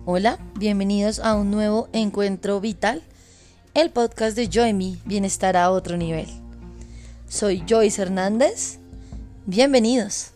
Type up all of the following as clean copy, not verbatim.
Hola, bienvenidos a un nuevo Encuentro Vital, el podcast de Joyme, Bienestar a otro nivel. Soy Joyce Hernández, bienvenidos.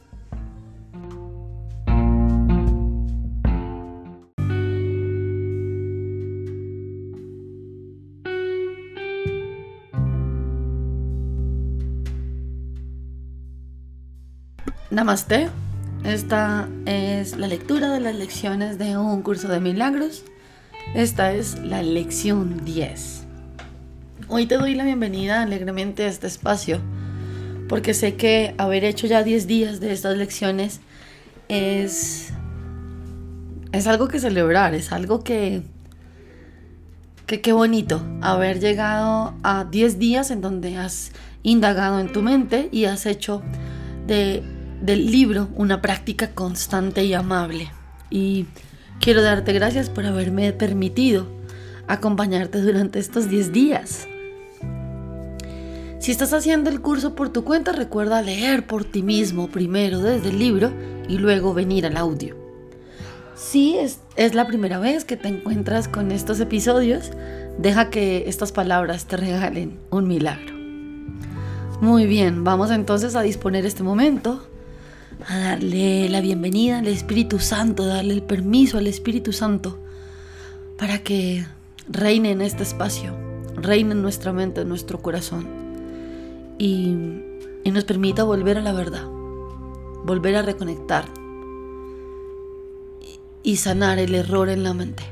Namaste. Esta es la lectura de las lecciones de un curso de milagros. Esta es la lección 10. Hoy te doy la bienvenida alegremente a este espacio, porque sé que haber hecho ya 10 días de estas lecciones es algo que celebrar, es algo que qué bonito haber llegado a 10 días en donde has indagado en tu mente y has hecho del libro una práctica constante y amable. Y quiero darte gracias por haberme permitido acompañarte durante estos 10 días. Si estás haciendo el curso por tu cuenta, recuerda leer por ti mismo primero desde el libro y luego venir al audio. Si es la primera vez que te encuentras con estos episodios, deja que estas palabras te regalen un milagro. Muy bien, vamos entonces a disponer este momento, a darle la bienvenida al Espíritu Santo, darle el permiso al Espíritu Santo para que reine en este espacio, reine en nuestra mente, en nuestro corazón y nos permita volver a la verdad, volver a reconectar y sanar el error en la mente.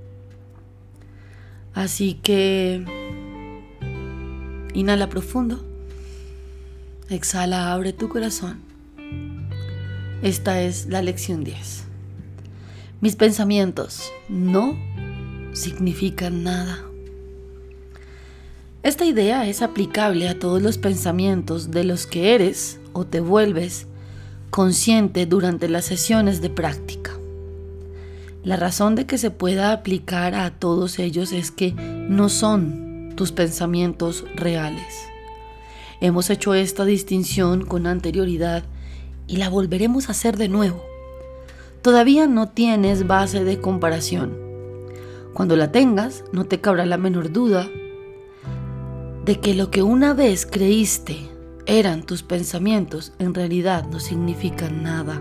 Así que inhala profundo, exhala, abre tu corazón. Esta es la lección 10. Mis pensamientos no significan nada. Esta idea es aplicable a todos los pensamientos de los que eres o te vuelves consciente durante las sesiones de práctica. La razón de que se pueda aplicar a todos ellos es que no son tus pensamientos reales. Hemos hecho esta distinción con anterioridad y la volveremos a hacer de nuevo. Todavía no tienes base de comparación. Cuando la tengas, no te cabrá la menor duda de que lo que una vez creíste eran tus pensamientos, en realidad no significan nada.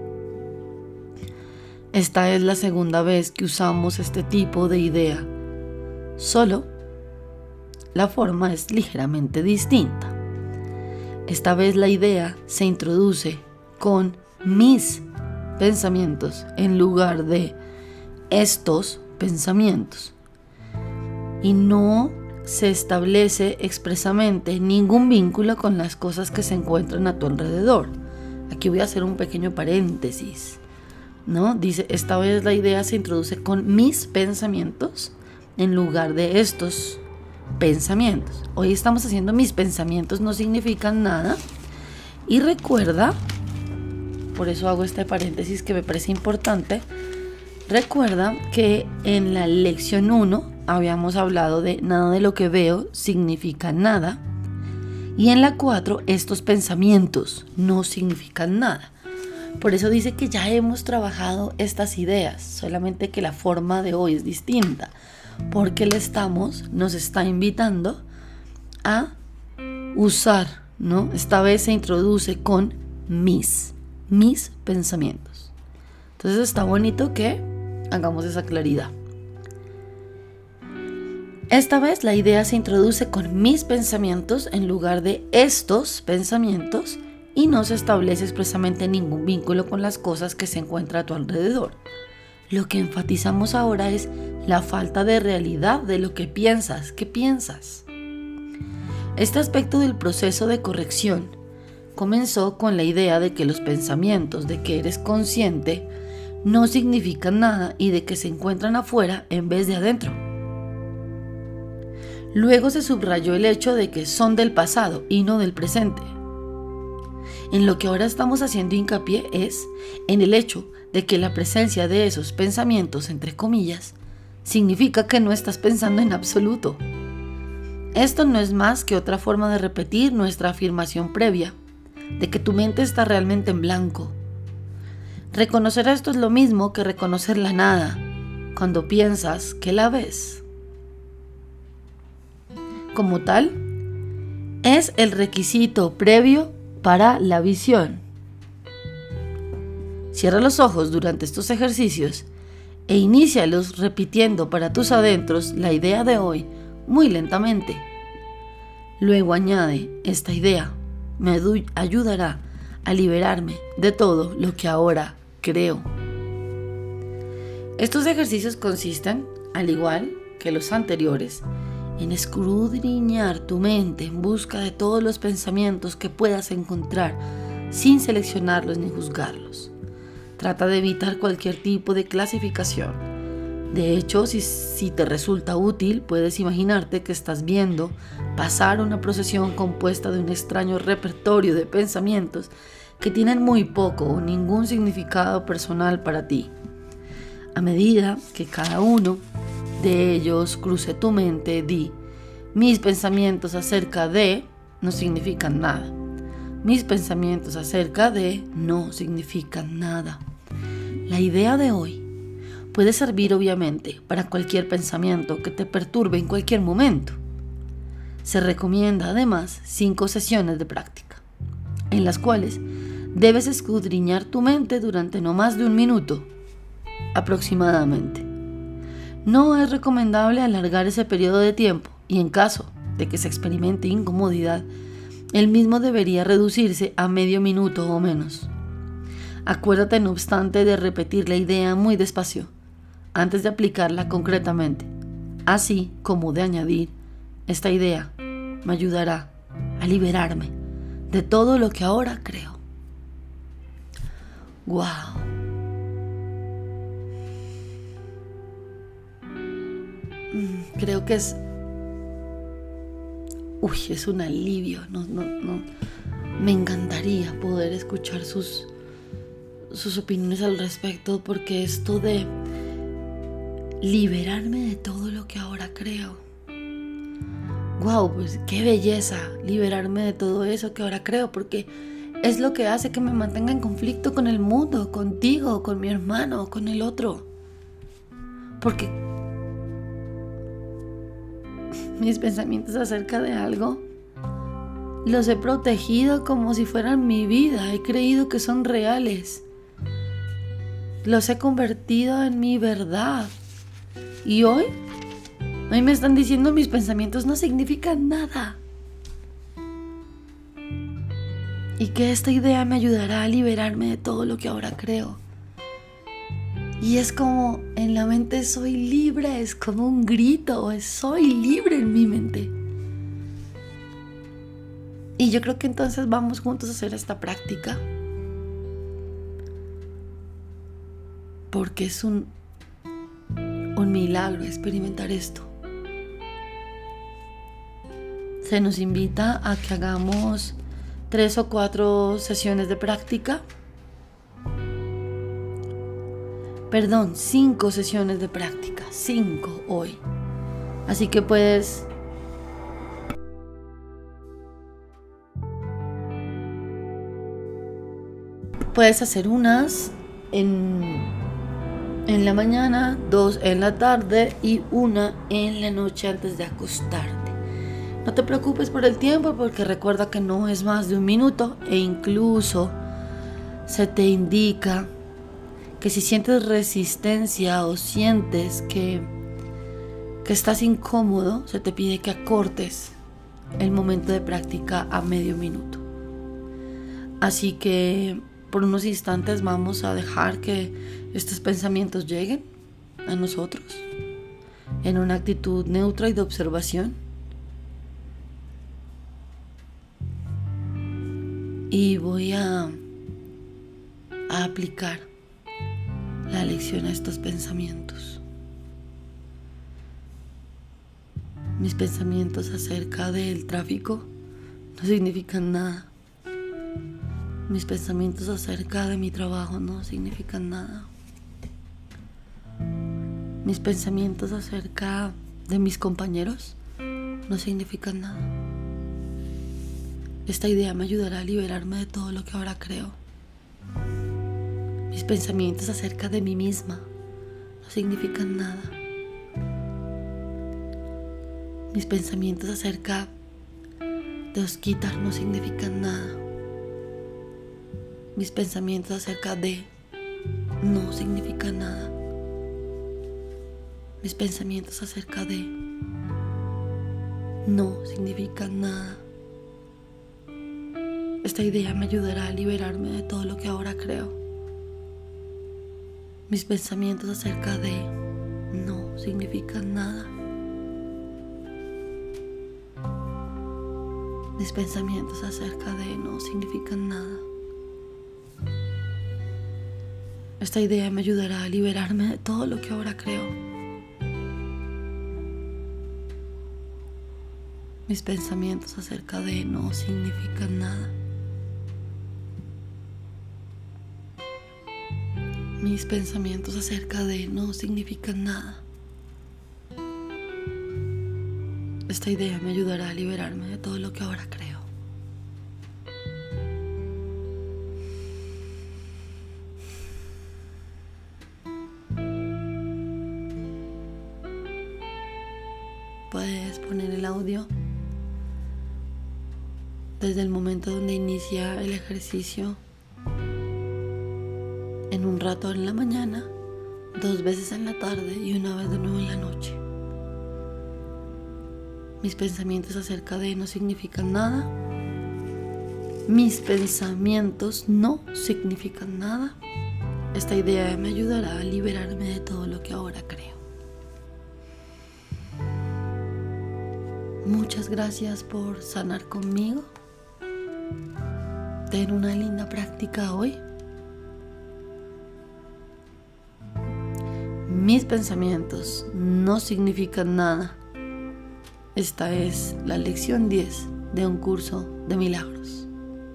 Esta es la segunda vez que usamos este tipo de idea. Solo la forma es ligeramente distinta. Esta vez la idea se introduce con mis pensamientos en lugar de estos pensamientos. Y no se establece expresamente ningún vínculo con las cosas que se encuentran a tu alrededor. Aquí voy a hacer un pequeño paréntesis, ¿no? Dice, esta vez la idea se introduce con mis pensamientos en lugar de estos pensamientos. Hoy estamos haciendo mis pensamientos no significan nada. Y recuerda, por eso hago este paréntesis que me parece importante, recuerda que en la lección 1 habíamos hablado de nada de lo que veo significa nada. Y en la 4, estos pensamientos no significan nada. Por eso dice que ya hemos trabajado estas ideas, solamente que la forma de hoy es distinta, porque nos está invitando a usar, ¿no? Esta vez se introduce con mis pensamientos. Entonces está bonito que hagamos esa claridad. Esta vez la idea se introduce con mis pensamientos en lugar de estos pensamientos y no se establece expresamente ningún vínculo con las cosas que se encuentran a tu alrededor. Lo que enfatizamos ahora es la falta de realidad de lo que piensas. ¿Qué piensas? Este aspecto del proceso de corrección comenzó con la idea de que los pensamientos de que eres consciente no significan nada y de que se encuentran afuera en vez de adentro. Luego se subrayó el hecho de que son del pasado y no del presente. En lo que ahora estamos haciendo hincapié es en el hecho de que la presencia de esos pensamientos, entre comillas, significa que no estás pensando en absoluto. Esto no es más que otra forma de repetir nuestra afirmación previa, de que tu mente está realmente en blanco. Reconocer esto es lo mismo que reconocer la nada, cuando piensas que la ves. Como tal, es el requisito previo para la visión. Cierra los ojos durante estos ejercicios e inícialos repitiendo para tus adentros la idea de hoy muy lentamente. Luego añade: esta idea me ayudará a liberarme de todo lo que ahora creo. Estos ejercicios consisten, al igual que los anteriores, en escudriñar tu mente en busca de todos los pensamientos que puedas encontrar sin seleccionarlos ni juzgarlos. Trata de evitar cualquier tipo de clasificación. De hecho, si te resulta útil, puedes imaginarte que estás viendo pasar una procesión compuesta de un extraño repertorio de pensamientos que tienen muy poco o ningún significado personal para ti. A medida que cada uno de ellos cruce tu mente, di: mis pensamientos acerca de no significan nada. Mis pensamientos acerca de no significan nada. La idea de hoy puede servir obviamente para cualquier pensamiento que te perturbe en cualquier momento. Se recomienda además 5 sesiones de práctica, en las cuales debes escudriñar tu mente durante no más de 1 minuto aproximadamente. No es recomendable alargar ese periodo de tiempo y en caso de que se experimente incomodidad, el mismo debería reducirse a medio minuto o menos. Acuérdate, no obstante, de repetir la idea muy despacio antes de aplicarla concretamente, así como de añadir: esta idea me ayudará a liberarme de todo lo que ahora creo. ¡Wow! Creo que es un alivio. No. Me encantaría poder escuchar sus opiniones al respecto, porque esto de liberarme de todo lo que ahora creo. Wow, pues qué belleza liberarme de todo eso que ahora creo, porque es lo que hace que me mantenga en conflicto con el mundo, contigo, con mi hermano, con el otro. Porque mis pensamientos acerca de algo los he protegido como si fueran mi vida. He creído que son reales. Los he convertido en mi verdad. Y hoy me están diciendo: mis pensamientos no significan nada. Y que esta idea me ayudará a liberarme de todo lo que ahora creo. Y es como en la mente soy libre, es como un grito, soy libre en mi mente. Y yo creo que entonces vamos juntos a hacer esta práctica, porque es un milagro experimentar esto. Se nos invita a que hagamos 3 o 4 sesiones de práctica. 5 sesiones de práctica, 5 hoy. Así que puedes hacer unas en la mañana, 2 en la tarde y 1 en la noche antes de acostarte. No te preocupes por el tiempo, porque recuerda que no es más de 1 minuto, e incluso se te indica que si sientes resistencia o sientes que estás incómodo, se te pide que acortes el momento de práctica a medio minuto. Así que por unos instantes vamos a dejar que estos pensamientos lleguen a nosotros en una actitud neutra y de observación. Y voy a aplicar la lección a estos pensamientos. Mis pensamientos acerca del tráfico no significan nada. Mis pensamientos acerca de mi trabajo no significan nada. Mis pensamientos acerca de mis compañeros no significan nada. Esta idea me ayudará a liberarme de todo lo que ahora creo. Mis pensamientos acerca de mí misma no significan nada. Mis pensamientos acerca de Osquitar no significan nada. Mis pensamientos acerca de no significan nada. Mis pensamientos acerca de no significan nada. Esta idea me ayudará a liberarme de todo lo que ahora creo. Mis pensamientos acerca de no significan nada. Mis pensamientos acerca de no significan nada. Esta idea me ayudará a liberarme de todo lo que ahora creo. Mis pensamientos acerca de no significan nada. Mis pensamientos acerca de no significan nada. Esta idea me ayudará a liberarme de todo lo que ahora creo. Puedes poner el audio desde el momento donde inicia el ejercicio en un rato en la mañana, 2 veces en la tarde y 1 vez de nuevo en la noche. Mis pensamientos acerca de no significan nada. Mis pensamientos no significan nada. Esta idea me ayudará a liberarme de todo lo que ahora creo. Muchas gracias por sanar conmigo. Ten una linda práctica hoy. Mis pensamientos no significan nada. Esta es la lección 10 de un curso de milagros.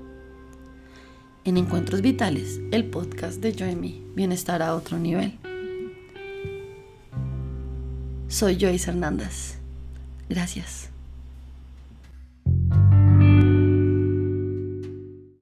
En Encuentros Vitales, el podcast de Joy-Me, bienestar a otro nivel. Soy Joyce Hernández. Gracias.